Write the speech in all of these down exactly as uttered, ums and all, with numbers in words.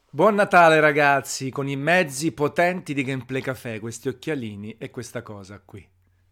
Buon Natale ragazzi, con i mezzi potenti di Gameplay Café, questi occhialini e questa cosa qui.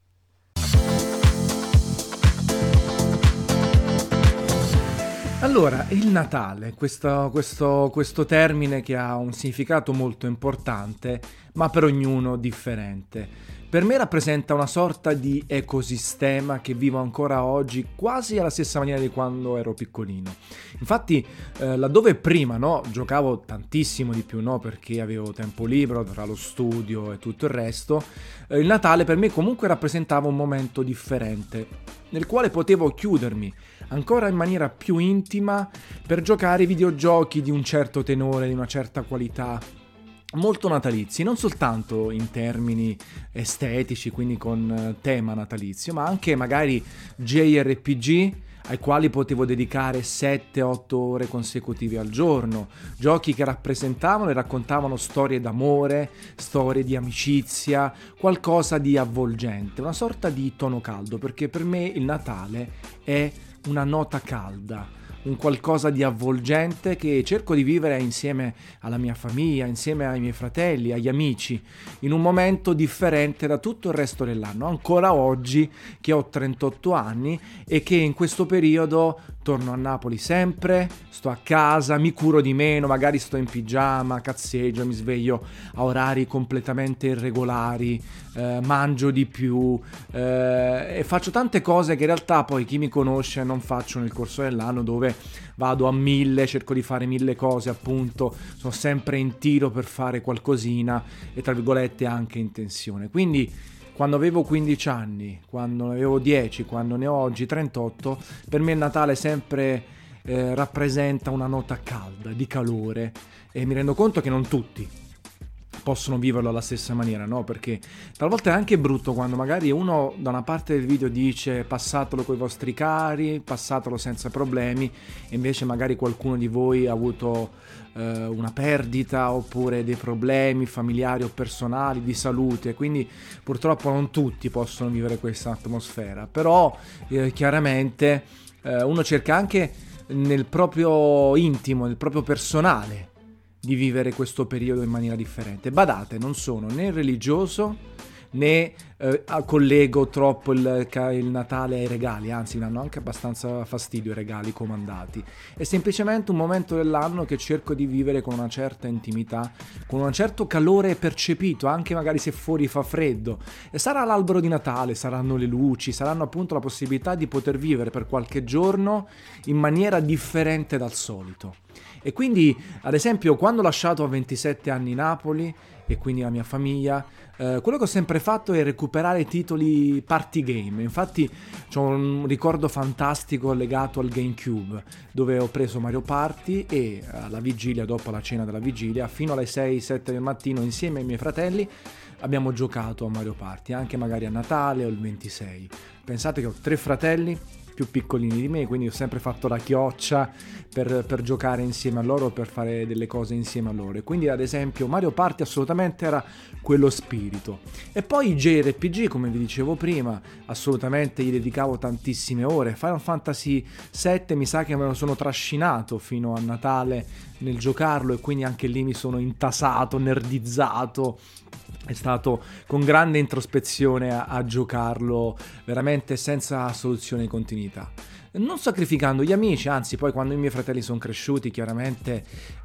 Allora, il Natale, questo, questo, questo termine che ha un significato molto importante, ma per ognuno differente. Per me rappresenta una sorta di ecosistema che vivo ancora oggi quasi alla stessa maniera di quando ero piccolino. Infatti, eh, laddove prima, no, giocavo tantissimo di più, no, perché avevo tempo libero tra lo studio e tutto il resto, eh, il Natale per me comunque rappresentava un momento differente, nel quale potevo chiudermi ancora in maniera più intima per giocare videogiochi di un certo tenore, di una certa qualità, molto natalizi, non soltanto in termini estetici, quindi con eh, tema natalizio, ma anche magari J R P G ai quali potevo dedicare sette otto ore consecutive al giorno, giochi che rappresentavano e raccontavano storie d'amore, storie di amicizia, qualcosa di avvolgente, una sorta di tono caldo, perché per me il Natale è una nota calda, un qualcosa di avvolgente che cerco di vivere insieme alla mia famiglia, insieme ai miei fratelli, agli amici, in un momento differente da tutto il resto dell'anno. Ancora oggi che ho trentotto anni e che in questo periodo torno a Napoli sempre, sto a casa, mi curo di meno, magari sto in pigiama, cazzeggio, mi sveglio a orari completamente irregolari, eh, mangio di più eh, e faccio tante cose che in realtà poi chi mi conosce non faccio nel corso dell'anno, dove vado a mille, cerco di fare mille cose, appunto, sono sempre in tiro per fare qualcosina e tra virgolette anche in tensione. Quindi quando avevo quindici anni, quando ne avevo dieci, quando ne ho oggi trentotto, per me il Natale sempre eh, rappresenta una nota calda, di calore, e mi rendo conto che non tutti possono viverlo alla stessa maniera, no? Perché talvolta è anche brutto quando magari uno da una parte del video dice passatelo con i vostri cari, passatelo senza problemi, e invece magari qualcuno di voi ha avuto eh, una perdita oppure dei problemi familiari o personali di salute, quindi purtroppo non tutti possono vivere questa atmosfera, però eh, chiaramente eh, uno cerca anche nel proprio intimo, nel proprio personale, di vivere questo periodo in maniera differente. Badate, non sono né religioso né eh, collego troppo il, il Natale ai regali, anzi mi danno anche abbastanza fastidio i regali comandati. È semplicemente un momento dell'anno che cerco di vivere con una certa intimità, con un certo calore percepito, anche magari se fuori fa freddo. E sarà l'albero di Natale, saranno le luci, saranno appunto la possibilità di poter vivere per qualche giorno in maniera differente dal solito. E quindi, ad esempio, quando ho lasciato a ventisette anni Napoli e quindi la mia famiglia, eh, quello che ho sempre fatto è recuperare titoli party game. Infatti c'ho un ricordo fantastico legato al GameCube, dove ho preso Mario Party e alla vigilia, dopo la cena della vigilia, fino alle sei sette del mattino, insieme ai miei fratelli, abbiamo giocato a Mario Party, anche magari a Natale o il ventisei. Pensate che ho tre fratelli più piccolini di me, quindi ho sempre fatto la chioccia per, per giocare insieme a loro, per fare delle cose insieme a loro, e quindi ad esempio Mario Party assolutamente era quello spirito. E poi i J R P G, come vi dicevo prima, assolutamente gli dedicavo tantissime ore. Final Fantasy sette mi sa che me lo sono trascinato fino a Natale nel giocarlo, e quindi anche lì mi sono intasato, nerdizzato. È stato con grande introspezione a, a giocarlo, veramente senza soluzione di continuità, non sacrificando gli amici. Anzi, poi quando i miei fratelli sono cresciuti, chiaramente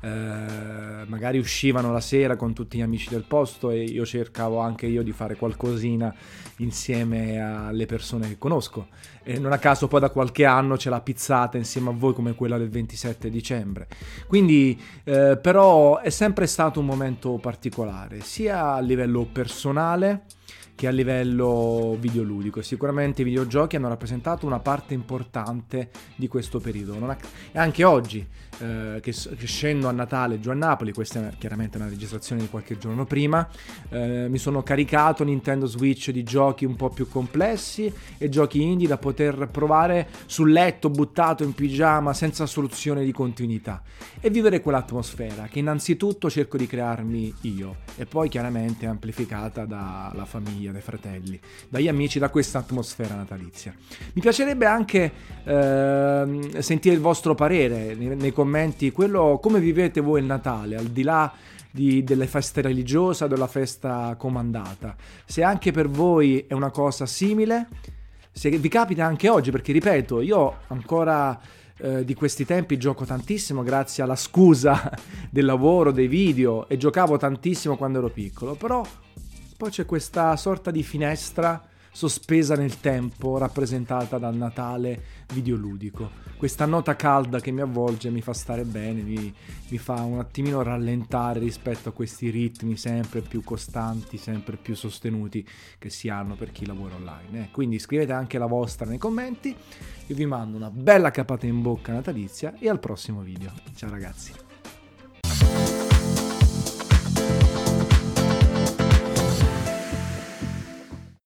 eh, magari uscivano la sera con tutti gli amici del posto e io cercavo anche io di fare qualcosina insieme alle persone che conosco, e non a caso poi da qualche anno c'è la pizzata insieme a voi come quella del ventisette dicembre. Quindi eh, però è sempre stato un momento particolare, sia a livello personale che a livello videoludico. Sicuramente i videogiochi hanno rappresentato una parte importante di questo periodo. Non ha... E anche oggi, eh, che, che scendo a Natale giù a Napoli, questa è chiaramente una registrazione di qualche giorno prima, eh, mi sono caricato Nintendo Switch di giochi un po' più complessi e giochi indie da poter provare sul letto, buttato in pigiama, senza soluzione di continuità, e vivere quell'atmosfera che innanzitutto cerco di crearmi io, e poi chiaramente amplificata dalla famiglia famiglia, dai fratelli, dagli amici, da questa atmosfera natalizia. Mi piacerebbe anche eh, sentire il vostro parere nei, nei commenti, quello, come vivete voi il Natale, al di là di, delle feste religiose o della festa comandata. Se anche per voi è una cosa simile, se vi capita anche oggi, perché ripeto, io ancora eh, di questi tempi gioco tantissimo grazie alla scusa del lavoro, dei video, e giocavo tantissimo quando ero piccolo, però poi c'è questa sorta di finestra sospesa nel tempo rappresentata dal Natale videoludico. Questa nota calda che mi avvolge mi fa stare bene, mi, mi fa un attimino rallentare rispetto a questi ritmi sempre più costanti, sempre più sostenuti che si hanno per chi lavora online. Eh. Quindi scrivete anche la vostra nei commenti, io vi mando una bella capata in bocca natalizia e al prossimo video. Ciao ragazzi!